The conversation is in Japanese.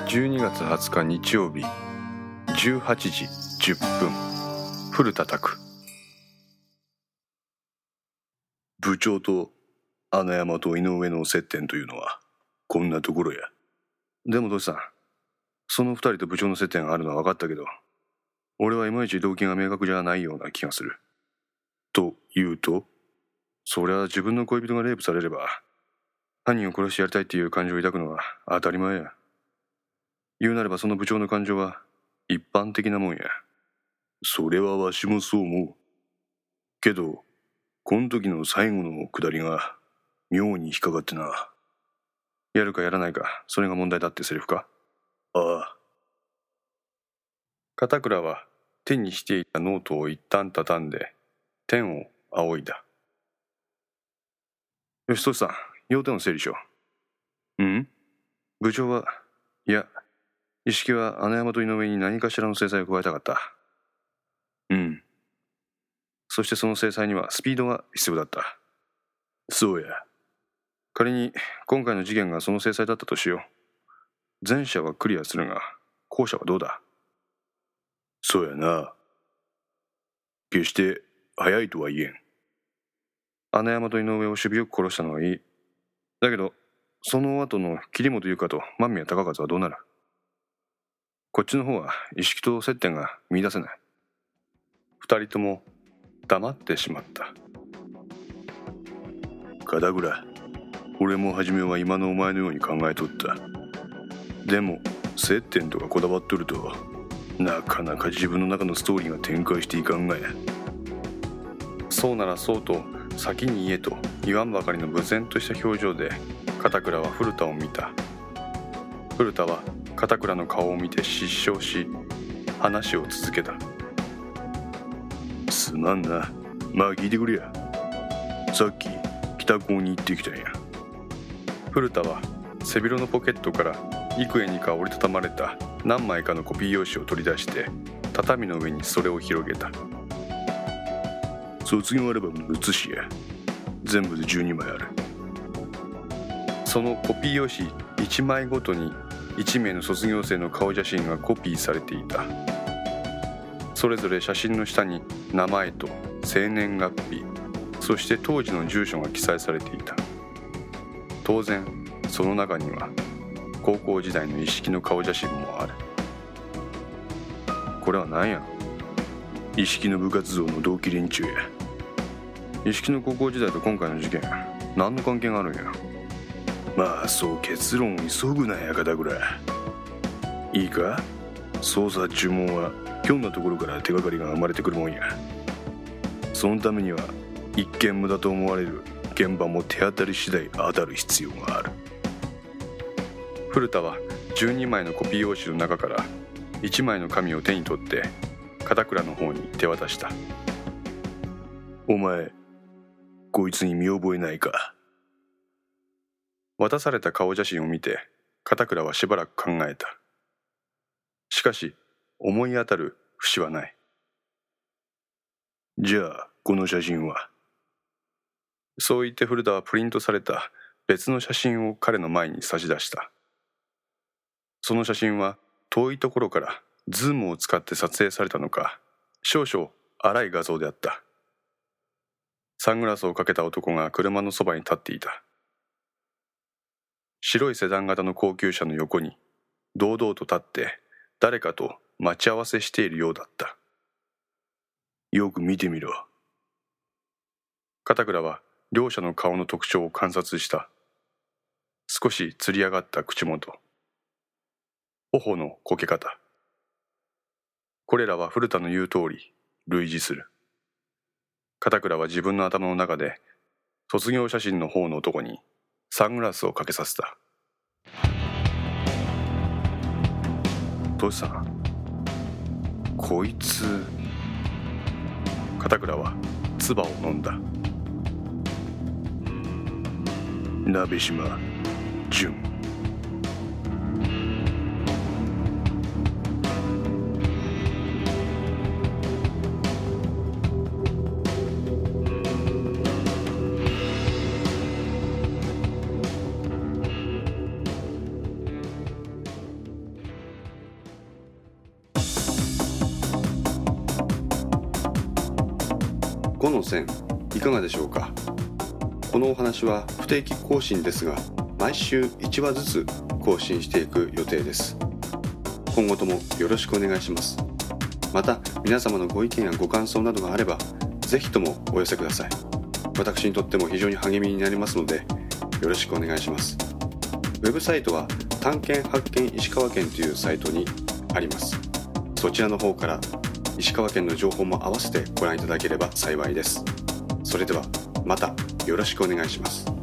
12月20日日曜日18時10分古田拓。 部長と穴山と井上の接点というのはこんなところや。 でもどうしたん、その2人と部長の接点があるのは分かったけど、俺はいまいち動機が明確じゃないような気がする。 というと？ そりゃ自分の恋人がレイプされれば犯人を殺してやりたいっていう感情を抱くのは当たり前や。言うなればその部長の感情は一般的なもんや。 それはわしもそう思う。けどこの時の最後のくだりが妙に引っかかってな。 やるかやらないか、それが問題だってセリフか？ ああ。 片倉は手にしていたノートを一旦畳んで天を仰いだ。よし、トシさん、要点を整理しよう。 部長は、いや、一色は穴山と井上に何かしらの制裁を加えたかった。そしてその制裁にはスピードが必要だった。 そうや。 仮に今回の事件がその制裁だったとしよう。前者はクリアするが、後者はどうだ？ そうやな。決して早いとは言えん。 穴山と井上を守備よく殺したのはいい。だけどその後の桐本優香と間宮高和はどうなる？こっちの方は一色と接点が見出せない。二人とも黙ってしまった。 片倉、俺も初めは今のお前のように考えとった。でも接点とかこだわっとるとなかなか自分の中のストーリーが展開していかんがや。 そうならそうと先に言えと言わんばかりの無然とした表情で片倉は古田を見た。古田は片倉の顔を見て失笑し話を続けた。 すまんな。まあ聞いてくれや。さっき北高に行ってきたんや。 古田は背広のポケットから幾重にか折りたたまれた何枚かのコピー用紙を取り出して畳の上にそれを広げた。 卒業アルバムの写しや。全部で12枚ある。 そのコピー用紙1枚ごとに1名の卒業生の顔写真がコピーされていた。それぞれ写真の下に名前と生年月日、そして当時の住所が記載されていた。当然その中には高校時代の一色の顔写真もある。これは何や？ 一色の部活動の同期連中や。 一色の高校時代と今回の事件何の関係があるんや？ まあそう結論を急ぐなや片倉。いいか、捜査注文はひょんなところから手がかりが生まれてくるもんや。そのためには一見無駄と思われる現場も手当たり次第当たる必要がある。 古田は12枚のコピー用紙の中から1枚の紙を手に取って片倉の方に手渡した。 お前こいつに見覚えないか？ 渡された顔写真を見て片倉はしばらく考えた。しかし思い当たる節はない。 じゃあこの写真は？ そう言って古田はプリントされた別の写真を彼の前に差し出した。その写真は遠いところからズームを使って撮影されたのか少々荒い画像であった。サングラスをかけた男が車のそばに立っていた。白いセダン型の高級車の横に堂々と立って誰かと待ち合わせしているようだった。 よく見てみろ。 片倉は両者の顔の特徴を観察した。少しつり上がった口元、頬のこけ方、これらは古田の言う通り類似する。片倉は自分の頭の中で卒業写真の方の男にサングラスをかけさせた。トシさん、こいつ。片倉は唾を飲んだ。 鍋島淳。 5の線いかがでしょうか。このお話は不定期更新ですが、毎週1話ずつ更新していく予定です。今後ともよろしくお願いします。また皆様のご意見やご感想などがあればぜひともお寄せください。私にとっても非常に励みになりますのでよろしくお願いします。ウェブサイトは探検発見石川県というサイトにあります。そちらの方から石川県の情報も合わせてご覧いただければ幸いです。それではまたよろしくお願いします。